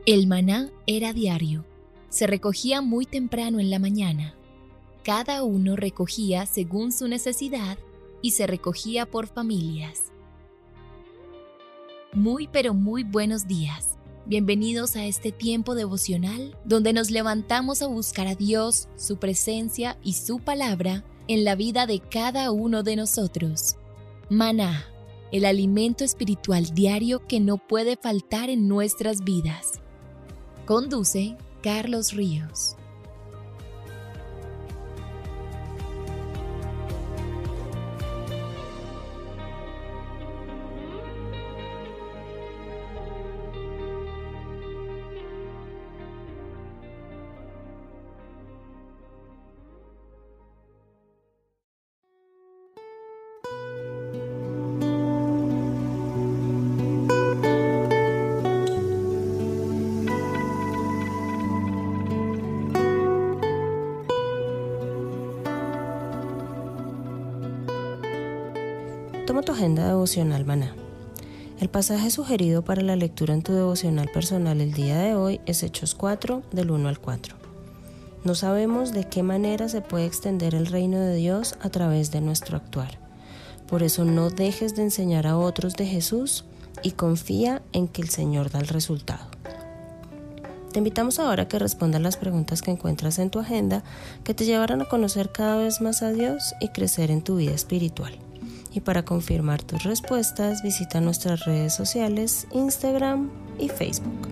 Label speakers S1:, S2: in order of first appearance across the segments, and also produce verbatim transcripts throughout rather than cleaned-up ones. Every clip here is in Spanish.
S1: El maná era diario. Se recogía muy temprano en la mañana. Cada uno recogía según su necesidad y se recogía por familias. Muy pero muy buenos días. Bienvenidos a este tiempo devocional donde nos levantamos a buscar a Dios, su presencia y su palabra en la vida de cada uno de nosotros. Maná, el alimento espiritual diario que no puede faltar en nuestras vidas. Conduce Carlos Ríos.
S2: Toma tu agenda devocional Maná. El pasaje sugerido para la lectura en tu devocional personal el día de hoy es Hechos cuatro, del uno al cuatro. No sabemos de qué manera se puede extender el reino de Dios a través de nuestro actuar. Por eso no dejes de enseñar a otros de Jesús y confía en que el Señor da el resultado. Te invitamos ahora a que respondas las preguntas que encuentras en tu agenda que te llevarán a conocer cada vez más a Dios y crecer en tu vida espiritual. Y para confirmar tus respuestas, visita nuestras redes sociales, Instagram y Facebook.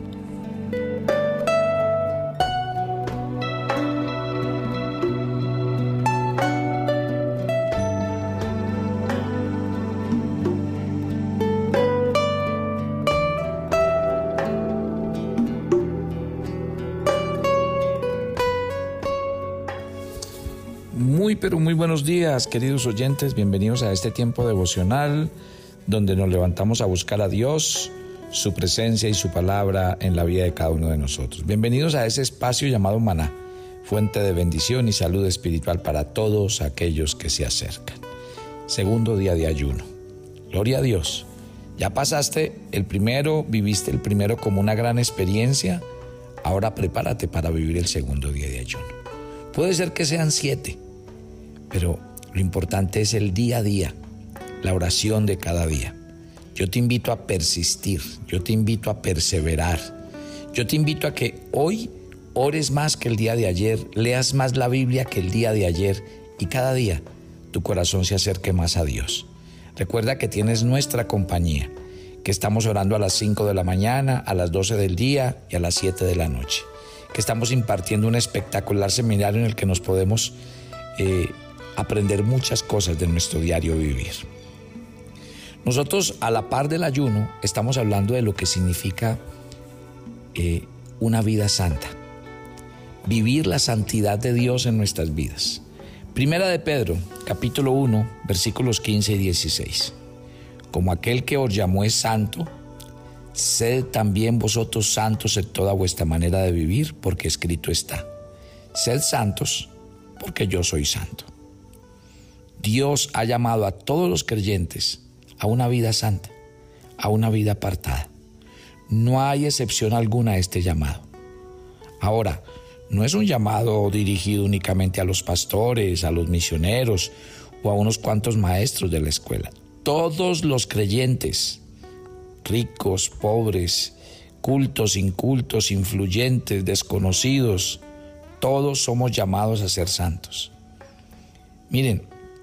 S3: Muy pero muy buenos días, queridos oyentes, bienvenidos a este tiempo devocional donde nos levantamos a buscar a Dios, su presencia y su palabra en la vida de cada uno de nosotros. Bienvenidos a ese espacio llamado Maná, fuente de bendición y salud espiritual para todos aquellos que se acercan. Segundo día de ayuno. Gloria a Dios. Ya pasaste el primero, viviste el primero como una gran experiencia, ahora prepárate para vivir el segundo día de ayuno. Puede ser que sean siete, pero lo importante es el día a día, la oración de cada día. Yo te invito a persistir, yo te invito a perseverar. Yo te invito a que hoy ores más que el día de ayer, leas más la Biblia que el día de ayer y cada día tu corazón se acerque más a Dios. Recuerda que tienes nuestra compañía, que estamos orando a las cinco de la mañana, a las doce del día y a las siete de la noche. Que estamos impartiendo un espectacular seminario en el que nos podemos eh, aprender muchas cosas de nuestro diario vivir. Nosotros, a la par del ayuno, estamos hablando de lo que significa eh, una vida santa. Vivir la santidad de Dios en nuestras vidas. Primera de Pedro, capítulo uno, versículos quince y dieciséis. Como aquel que os llamó es santo, sed también vosotros santos en toda vuestra manera de vivir, porque escrito está: sed santos, porque yo soy santo. Dios ha llamado a todos los creyentes a una vida santa, a una vida apartada. No hay excepción alguna a este llamado. Ahora, no es un llamado dirigido únicamente a los pastores, a los misioneros o a unos cuantos maestros de la escuela. Todos los creyentes, ricos, pobres, cultos, incultos, influyentes, desconocidos, todos somos llamados a ser santos. Miren,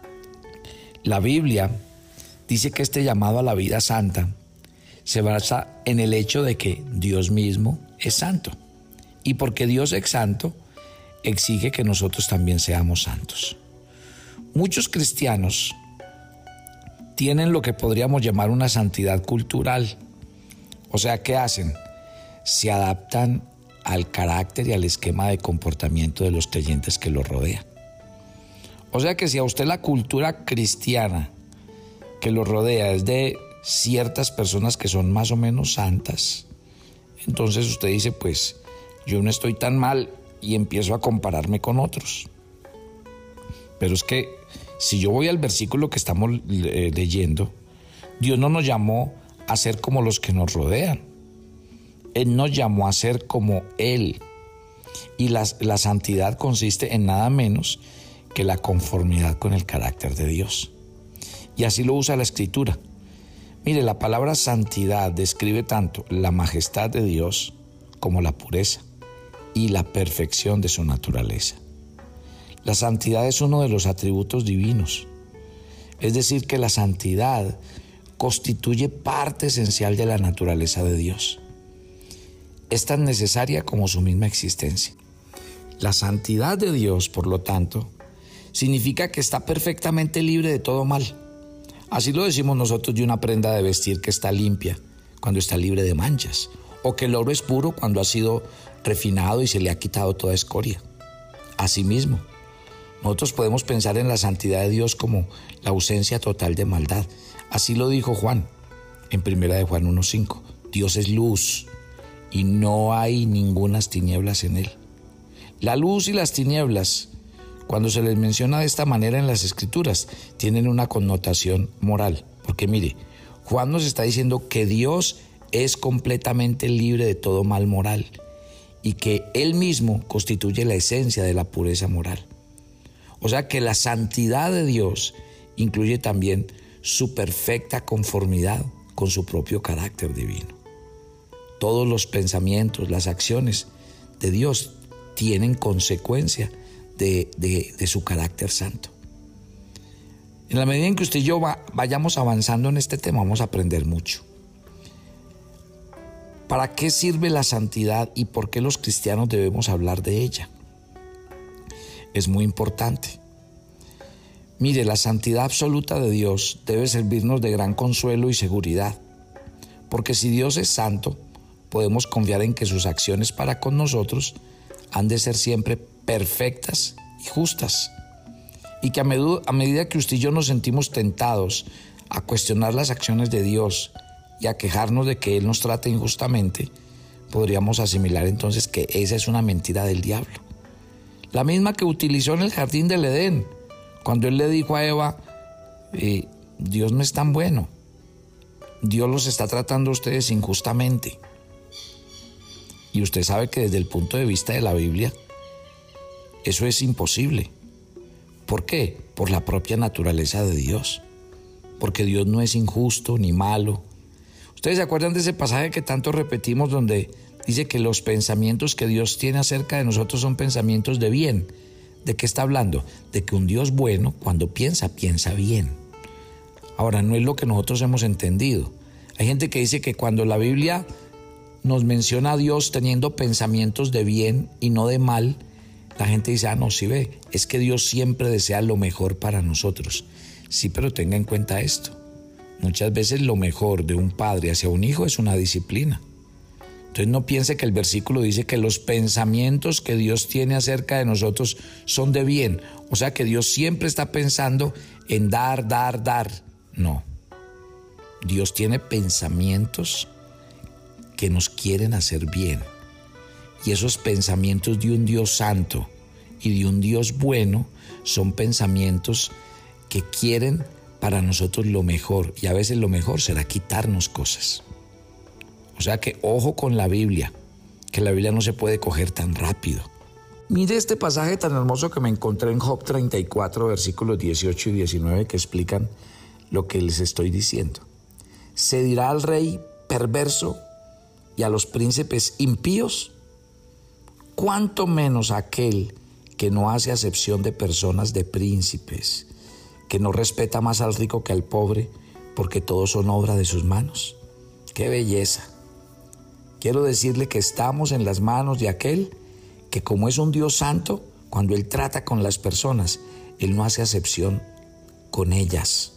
S3: la Biblia dice que este llamado a la vida santa se basa en el hecho de que Dios mismo es santo. Y porque Dios es santo, exige que nosotros también seamos santos. Muchos cristianos tienen lo que podríamos llamar una santidad cultural. O sea, ¿qué hacen? Se adaptan al carácter y al esquema de comportamiento de los creyentes que los rodean. O sea que si a usted la cultura cristiana que lo rodea es de ciertas personas que son más o menos santas, entonces usted dice, pues yo no estoy tan mal y empiezo a compararme con otros. Pero es que si yo voy al versículo que estamos leyendo, Dios no nos llamó a ser como los que nos rodean. Él nos llamó a ser como Él. Y la, la santidad consiste en nada menos que la conformidad con el carácter de Dios. Y así lo usa la Escritura. Mire, la palabra santidad describe tanto la majestad de Dios como la pureza y la perfección de su naturaleza. La santidad es uno de los atributos divinos. Es decir, que la santidad constituye parte esencial de la naturaleza de Dios. Es tan necesaria como su misma existencia. La santidad de Dios, por lo tanto, significa que está perfectamente libre de todo mal. Así lo decimos nosotros de una prenda de vestir que está limpia cuando está libre de manchas, o que el oro es puro cuando ha sido refinado y se le ha quitado toda escoria. Asimismo, nosotros podemos pensar en la santidad de Dios como la ausencia total de maldad. Así lo dijo Juan en primera de Juan uno cinco. Dios es luz y no hay ningunas tinieblas en él. La luz y las tinieblas, cuando se les menciona de esta manera en las Escrituras, tienen una connotación moral. Porque mire, Juan nos está diciendo que Dios es completamente libre de todo mal moral y que Él mismo constituye la esencia de la pureza moral. O sea que la santidad de Dios incluye también su perfecta conformidad con su propio carácter divino. Todos los pensamientos, las acciones de Dios tienen consecuencia de, de, de su carácter santo. En la medida en que usted y yo va, vayamos avanzando en este tema, vamos a aprender mucho. ¿Para qué sirve la santidad y por qué los cristianos debemos hablar de ella? Es muy importante. Mire, la santidad absoluta de Dios debe servirnos de gran consuelo y seguridad, porque si Dios es santo, podemos confiar en que sus acciones para con nosotros han de ser siempre perfectas y justas, y que a, medu- a medida que usted y yo nos sentimos tentados a cuestionar las acciones de Dios y a quejarnos de que Él nos trata injustamente, podríamos asimilar entonces que esa es una mentira del diablo. La misma que utilizó en el jardín del Edén, cuando Él le dijo a Eva, eh, Dios no es tan bueno, Dios los está tratando a ustedes injustamente. Y usted sabe que desde el punto de vista de la Biblia, eso es imposible. ¿Por qué? Por la propia naturaleza de Dios. Porque Dios no es injusto ni malo. ¿Ustedes se acuerdan de ese pasaje que tanto repetimos donde dice que los pensamientos que Dios tiene acerca de nosotros son pensamientos de bien? ¿De qué está hablando? De que un Dios bueno, cuando piensa, piensa bien. Ahora, no es lo que nosotros hemos entendido. Hay gente que dice que cuando la Biblia nos menciona a Dios teniendo pensamientos de bien y no de mal, la gente dice, ah, no, sí ve, es que Dios siempre desea lo mejor para nosotros. Sí, pero tenga en cuenta esto. Muchas veces lo mejor de un padre hacia un hijo es una disciplina. Entonces no piense que el versículo dice que los pensamientos que Dios tiene acerca de nosotros son de bien. O sea que Dios siempre está pensando en dar, dar, dar. No. Dios tiene pensamientos que nos quieren hacer bien. Y esos pensamientos de un Dios santo y de un Dios bueno son pensamientos que quieren para nosotros lo mejor. Y a veces lo mejor será quitarnos cosas. O sea que ojo con la Biblia, que la Biblia no se puede coger tan rápido. Mire este pasaje tan hermoso que me encontré en Job treinta y cuatro, versículos dieciocho y diecinueve, que explican lo que les estoy diciendo. Se dirá al rey perverso y a los príncipes impíos, cuánto menos aquel que no hace acepción de personas, de príncipes, que no respeta más al rico que al pobre, porque todos son obra de sus manos. ¡Qué belleza! Quiero decirle que estamos en las manos de aquel que, como es un Dios santo, cuando Él trata con las personas, Él no hace acepción con ellas.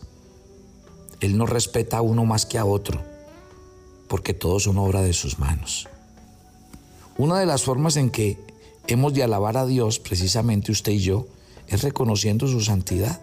S3: Él no respeta a uno más que a otro, porque todos son obra de sus manos. Una de las formas en que hemos de alabar a Dios, precisamente usted y yo, es reconociendo su santidad.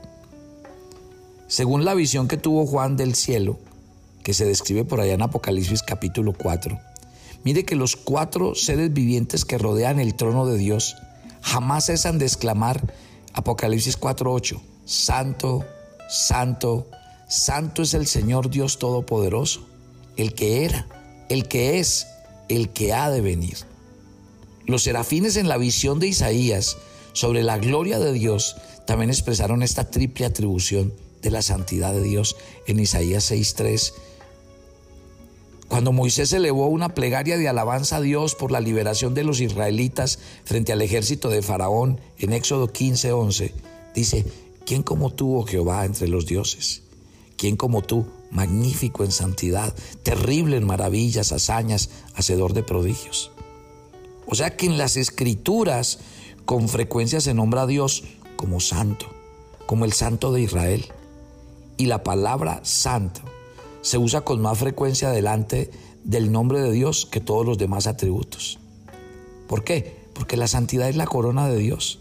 S3: Según la visión que tuvo Juan del cielo, que se describe por allá en Apocalipsis capítulo cuatro, mire que los cuatro seres vivientes que rodean el trono de Dios jamás cesan de exclamar, Apocalipsis cuatro ocho, Santo, Santo, Santo es el Señor Dios Todopoderoso, el que era, el que es, el que ha de venir. Los serafines en la visión de Isaías sobre la gloria de Dios también expresaron esta triple atribución de la santidad de Dios en Isaías seis tres. Cuando Moisés elevó una plegaria de alabanza a Dios por la liberación de los israelitas frente al ejército de Faraón en Éxodo quince once, dice: ¿quién como tú, oh Jehová, entre los dioses? ¿Quién como tú, magnífico en santidad, terrible en maravillas, hazañas, hacedor de prodigios? O sea que en las Escrituras con frecuencia se nombra a Dios como santo, como el Santo de Israel. Y la palabra santo se usa con más frecuencia delante del nombre de Dios que todos los demás atributos. ¿Por qué? Porque la santidad es la corona de Dios.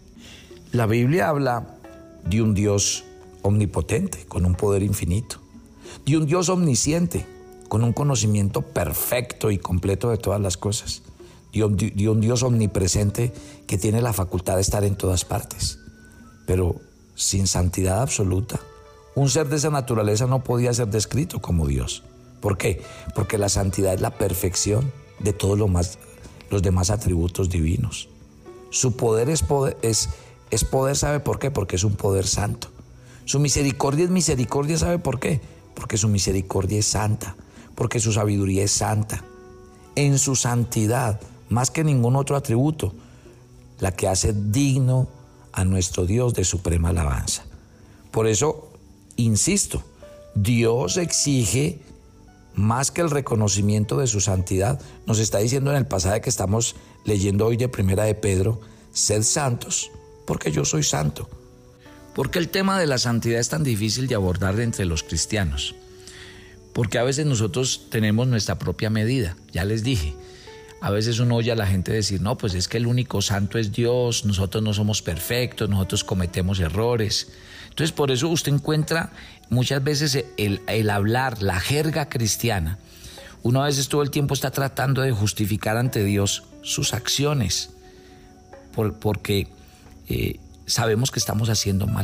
S3: La Biblia habla de un Dios omnipotente, con un poder infinito, de un Dios omnisciente, con un conocimiento perfecto y completo de todas las cosas, de un, de un Dios omnipresente que tiene la facultad de estar en todas partes, pero sin santidad absoluta. Un ser de esa naturaleza no podía ser descrito como Dios. ¿Por qué? Porque la santidad es la perfección de todos los, más, los demás atributos divinos. Su poder es poder, es, es poder, ¿sabe por qué? Porque es un poder santo. Su misericordia es misericordia, ¿sabe por qué? Porque su misericordia es santa, porque su sabiduría es santa. En su santidad, más que ningún otro atributo, la que hace digno a nuestro Dios de suprema alabanza. Por eso, insisto, Dios exige más que el reconocimiento de su santidad. Nos está diciendo en el pasaje que estamos leyendo hoy de Primera de Pedro: sed santos, porque yo soy santo. ¿Por qué el tema de la santidad es tan difícil de abordar entre los cristianos? Porque a veces nosotros tenemos nuestra propia medida. Ya les dije, a veces uno oye a la gente decir: no, pues es que el único santo es Dios, nosotros no somos perfectos, nosotros cometemos errores. Entonces, por eso usted encuentra muchas veces el, el hablar, la jerga cristiana. Uno a veces todo el tiempo está tratando de justificar ante Dios sus acciones, por, porque eh, sabemos que estamos haciendo mal.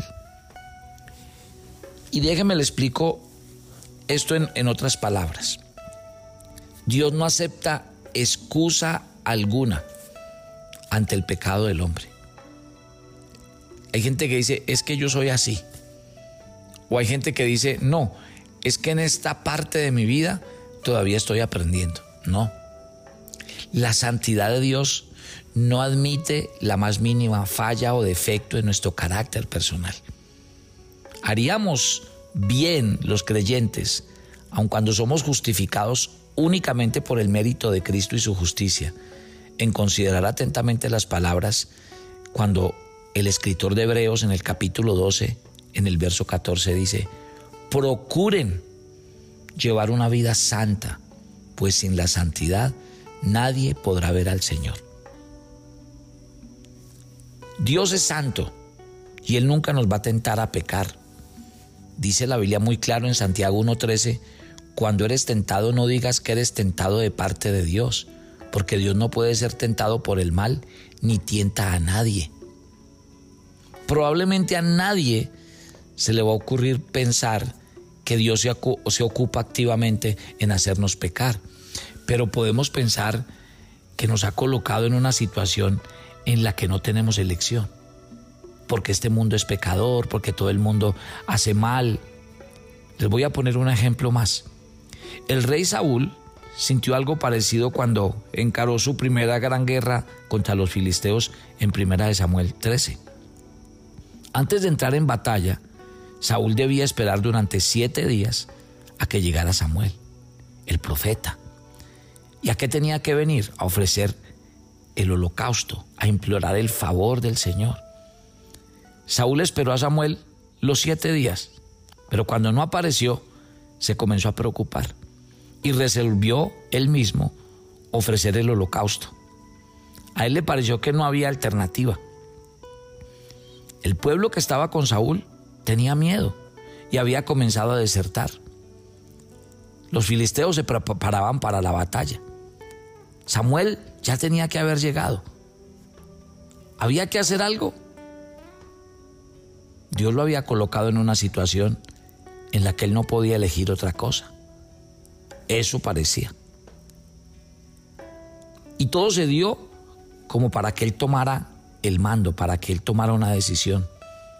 S3: Y déjeme le explico esto en, en otras palabras. Dios no acepta excusa alguna ante el pecado del hombre. Hay gente que dice: es que yo soy así. O hay gente que dice: no, es que en esta parte de mi vida todavía estoy aprendiendo. No. La santidad de Dios no admite la más mínima falla o defecto en nuestro carácter personal. Haríamos bien los creyentes, aun cuando somos justificados únicamente por el mérito de Cristo y su justicia, en considerar atentamente las palabras cuando el escritor de Hebreos en el capítulo doce, en el verso catorce dice: procuren llevar una vida santa, pues sin la santidad nadie podrá ver al Señor. Dios es santo y Él nunca nos va a tentar a pecar. Dice la Biblia muy claro en Santiago uno trece: cuando eres tentado, no digas que eres tentado de parte de Dios, porque Dios no puede ser tentado por el mal, ni tienta a nadie. Probablemente a nadie se le va a ocurrir pensar que Dios se, se ocupa activamente en hacernos pecar, pero podemos pensar que nos ha colocado en una situación en la que no tenemos elección, porque este mundo es pecador, porque todo el mundo hace mal. Les voy a poner un ejemplo más. El rey Saúl sintió algo parecido cuando encaró su primera gran guerra contra los filisteos en Primera de Samuel trece. Antes de entrar en batalla, Saúl debía esperar durante siete días a que llegara Samuel, el profeta. ¿Y a qué tenía que venir? A ofrecer el holocausto, a implorar el favor del Señor. Saúl esperó a Samuel los siete días, pero cuando no apareció, se comenzó a preocupar y resolvió él mismo ofrecer el holocausto. A él le pareció que no había alternativa. El pueblo que estaba con Saúl tenía miedo y había comenzado a desertar. Los filisteos se preparaban para la batalla. Samuel ya tenía que haber llegado. ¿Había que hacer algo? Dios lo había colocado en una situación en la que él no podía elegir otra cosa. Eso parecía. Y todo se dio como para que él tomara el mando, para que él tomara una decisión.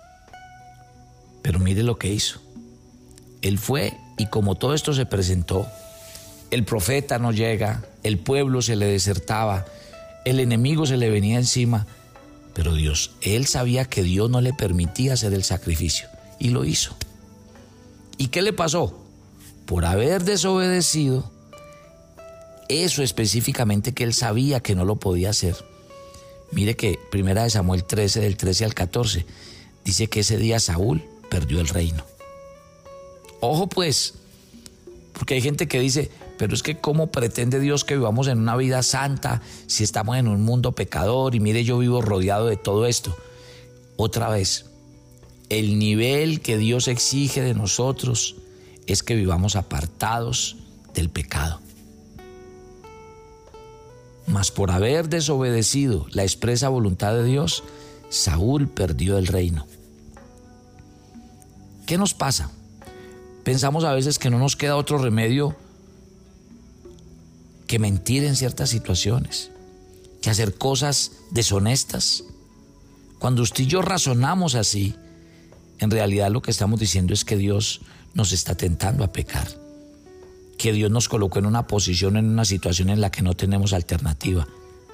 S3: Pero mire lo que hizo. Él fue y como todo esto se presentó, el profeta no llega, el pueblo se le desertaba, el enemigo se le venía encima, pero Dios, él sabía que Dios no le permitía hacer el sacrificio y lo hizo. ¿Y qué le pasó? Por haber desobedecido, eso específicamente que él sabía que no lo podía hacer. Mire que primera de Samuel trece, del trece al catorce, dice que ese día Saúl perdió el reino. Ojo pues, porque hay gente que dice, pero es que ¿cómo pretende Dios que vivamos en una vida santa si estamos en un mundo pecador? Y mire, yo vivo rodeado de todo esto. Otra vez, el nivel que Dios exige de nosotros es que vivamos apartados del pecado. Mas por haber desobedecido la expresa voluntad de Dios, Saúl perdió el reino. ¿Qué nos pasa? Pensamos a veces que no nos queda otro remedio que mentir en ciertas situaciones, que hacer cosas deshonestas. Cuando usted y yo razonamos así, en realidad lo que estamos diciendo es que Dios nos está tentando a pecar, que Dios nos colocó en una posición, en una situación en la que no tenemos alternativa.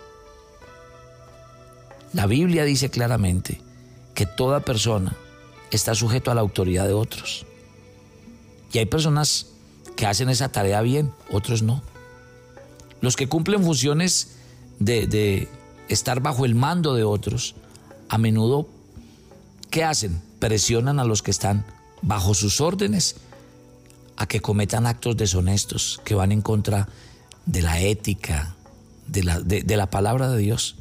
S3: La Biblia dice claramente que toda persona está sujeto a la autoridad de otros. Y hay personas que hacen esa tarea bien, otros no. Los que cumplen funciones de, de estar bajo el mando de otros, a menudo, ¿qué hacen? Presionan a los que están bajo sus órdenes a que cometan actos deshonestos que van en contra de la ética, de la, de, de la palabra de Dios.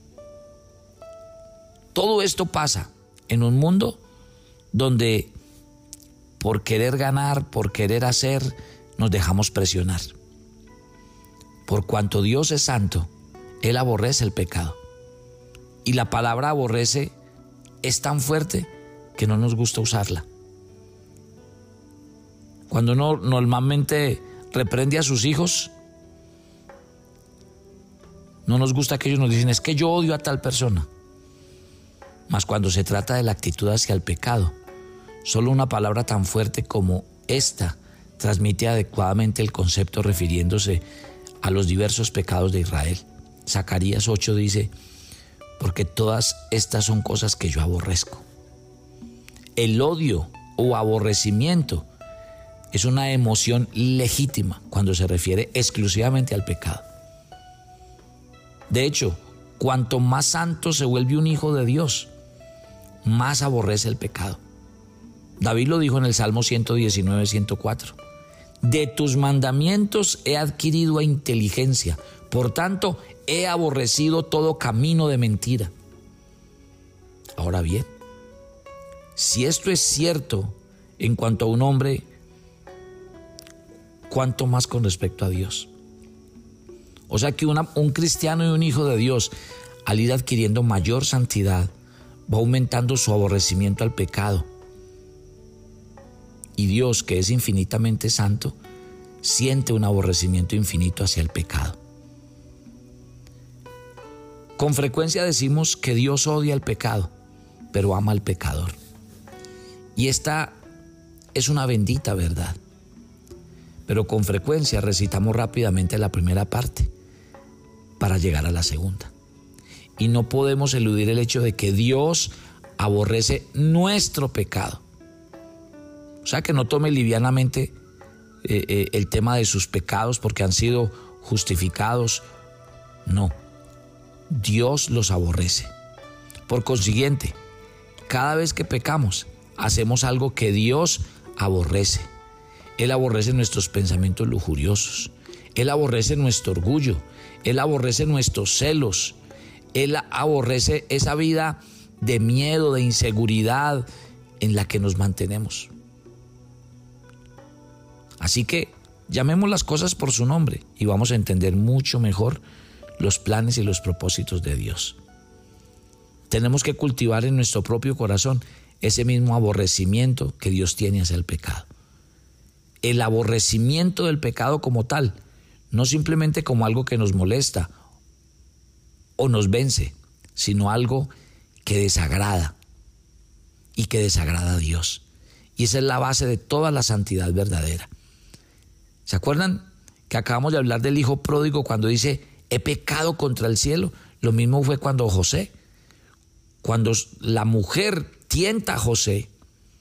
S3: Todo esto pasa en un mundo donde por querer ganar, por querer hacer, nos dejamos presionar. Por cuanto Dios es santo, Él aborrece el pecado. Y la palabra aborrece es tan fuerte que no nos gusta usarla. Cuando uno normalmente reprende a sus hijos, no nos gusta que ellos nos dicen, es que yo odio a tal persona. Mas cuando se trata de la actitud hacia el pecado, solo una palabra tan fuerte como esta transmite adecuadamente el concepto refiriéndose a los diversos pecados de Israel. Zacarías ocho dice, porque todas estas son cosas que yo aborrezco. El odio o aborrecimiento es una emoción legítima cuando se refiere exclusivamente al pecado. De hecho, cuanto más santo se vuelve un hijo de Dios, más aborrece el pecado. David lo dijo en el Salmo ciento diecinueve, ciento cuatro. De tus mandamientos he adquirido inteligencia, por tanto he aborrecido todo camino de mentira. Ahora bien, si esto es cierto en cuanto a un hombre, ¿cuánto más con respecto a Dios? O sea que una, un cristiano y un hijo de Dios, al ir adquiriendo mayor santidad, va aumentando su aborrecimiento al pecado. Y Dios, que es infinitamente santo, siente un aborrecimiento infinito hacia el pecado. Con frecuencia decimos que Dios odia el pecado, pero ama al pecador. Y esta es una bendita verdad. Pero con frecuencia recitamos rápidamente la primera parte para llegar a la segunda. Y no podemos eludir el hecho de que Dios aborrece nuestro pecado. O sea, que no tome livianamente eh, eh, el tema de sus pecados porque han sido justificados. No, Dios los aborrece. Por consiguiente, cada vez que pecamos, hacemos algo que Dios aborrece. Él aborrece nuestros pensamientos lujuriosos. Él aborrece nuestro orgullo. Él aborrece nuestros celos. Él aborrece esa vida de miedo, de inseguridad en la que nos mantenemos. Así que llamemos las cosas por su nombre y vamos a entender mucho mejor los planes y los propósitos de Dios. Tenemos que cultivar en nuestro propio corazón ese mismo aborrecimiento que Dios tiene hacia el pecado. El aborrecimiento del pecado como tal, no simplemente como algo que nos molesta o nos vence, sino algo que desagrada y que desagrada a Dios. Y esa es la base de toda la santidad verdadera. ¿Se acuerdan que acabamos de hablar del hijo pródigo cuando dice, he pecado contra el cielo? Lo mismo fue cuando José, cuando la mujer tienta a José,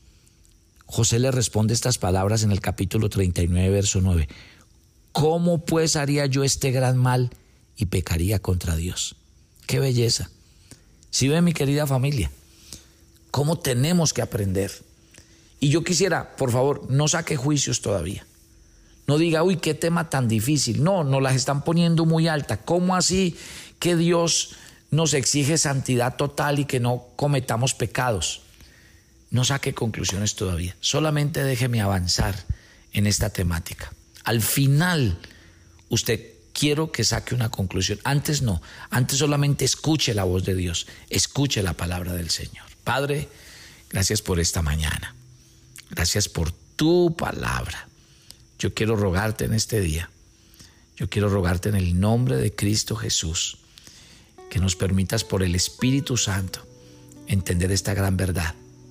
S3: José le responde estas palabras en el capítulo treinta y nueve, verso nueve. ¿Cómo pues haría yo este gran mal y pecaría contra Dios? ¡Qué belleza! ¿Sí ven, mi querida familia? ¿Cómo tenemos que aprender? Y yo quisiera, por favor, no saque juicios todavía. No diga, uy, qué tema tan difícil. No, nos las están poniendo muy alta. ¿Cómo así que Dios nos exige santidad total y que no cometamos pecados? No saque conclusiones todavía. Solamente déjeme avanzar en esta temática. Al final, usted quiero que saque una conclusión. Antes no. Antes solamente escuche la voz de Dios. Escuche la palabra del Señor. Padre, gracias por esta mañana. Gracias por tu palabra. Yo quiero rogarte en este día, yo quiero rogarte en el nombre de Cristo Jesús, que nos permitas por el Espíritu Santo entender esta gran verdad.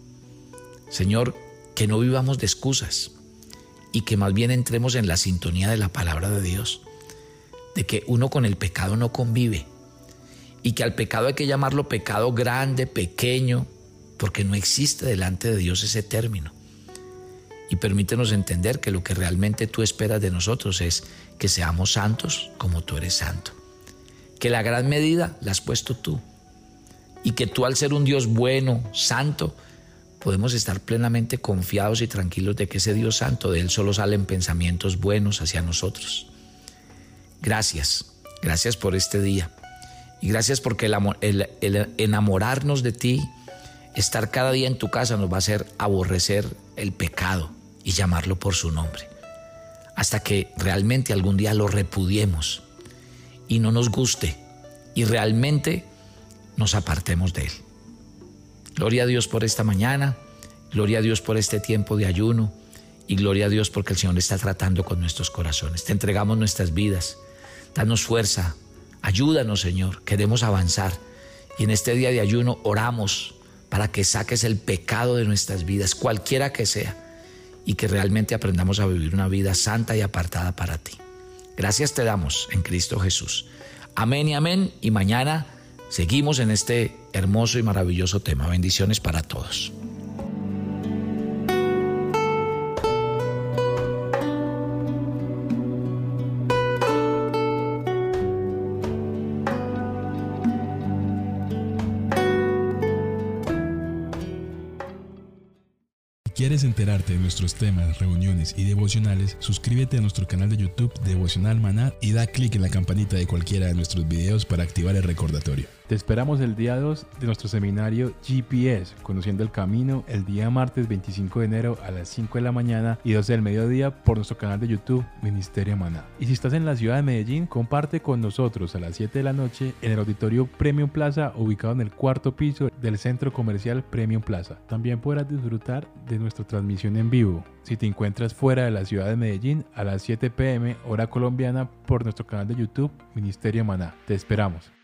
S3: Señor, que no vivamos de excusas y que más bien entremos en la sintonía de la palabra de Dios, de que uno con el pecado no convive y que al pecado hay que llamarlo pecado grande, pequeño, porque no existe delante de Dios ese término. Y permítenos entender que lo que realmente tú esperas de nosotros es que seamos santos como tú eres santo. Que la gran medida la has puesto tú. Y que tú, al ser un Dios bueno, santo, podemos estar plenamente confiados y tranquilos de que ese Dios santo, de Él solo salen pensamientos buenos hacia nosotros. Gracias, gracias por este día. Y gracias porque el, amor, el, el enamorarnos de ti, estar cada día en tu casa nos va a hacer aborrecer el pecado y llamarlo por su nombre, hasta que realmente algún día lo repudiemos y no nos guste y realmente nos apartemos de él. Gloria a Dios por esta mañana, gloria a Dios por este tiempo de ayuno y gloria a Dios porque el Señor está tratando con nuestros corazones. Te entregamos nuestras vidas, danos fuerza, ayúdanos, Señor, queremos avanzar y en este día de ayuno oramos para que saques el pecado de nuestras vidas, cualquiera que sea, y que realmente aprendamos a vivir una vida santa y apartada para ti. Gracias te damos en Cristo Jesús. Amén y amén. Y mañana seguimos en este hermoso y maravilloso tema. Bendiciones para todos.
S4: ¿Quieres enterarte de nuestros temas, reuniones y devocionales? Suscríbete a nuestro canal de YouTube Devocional Maná y da clic en la campanita de cualquiera de nuestros videos para activar el recordatorio.
S5: Te esperamos el día dos de nuestro seminario G P S, Conociendo el Camino, el día martes veinticinco de enero a las cinco de la mañana y doce del mediodía por nuestro canal de YouTube Ministerio Maná. Y si estás en la ciudad de Medellín, comparte con nosotros a las siete de la noche en el auditorio Premium Plaza, ubicado en el cuarto piso del centro comercial Premium Plaza. También podrás disfrutar de nuestra transmisión en vivo si te encuentras fuera de la ciudad de Medellín a las siete p m hora colombiana por nuestro canal de YouTube Ministerio Maná. Te esperamos.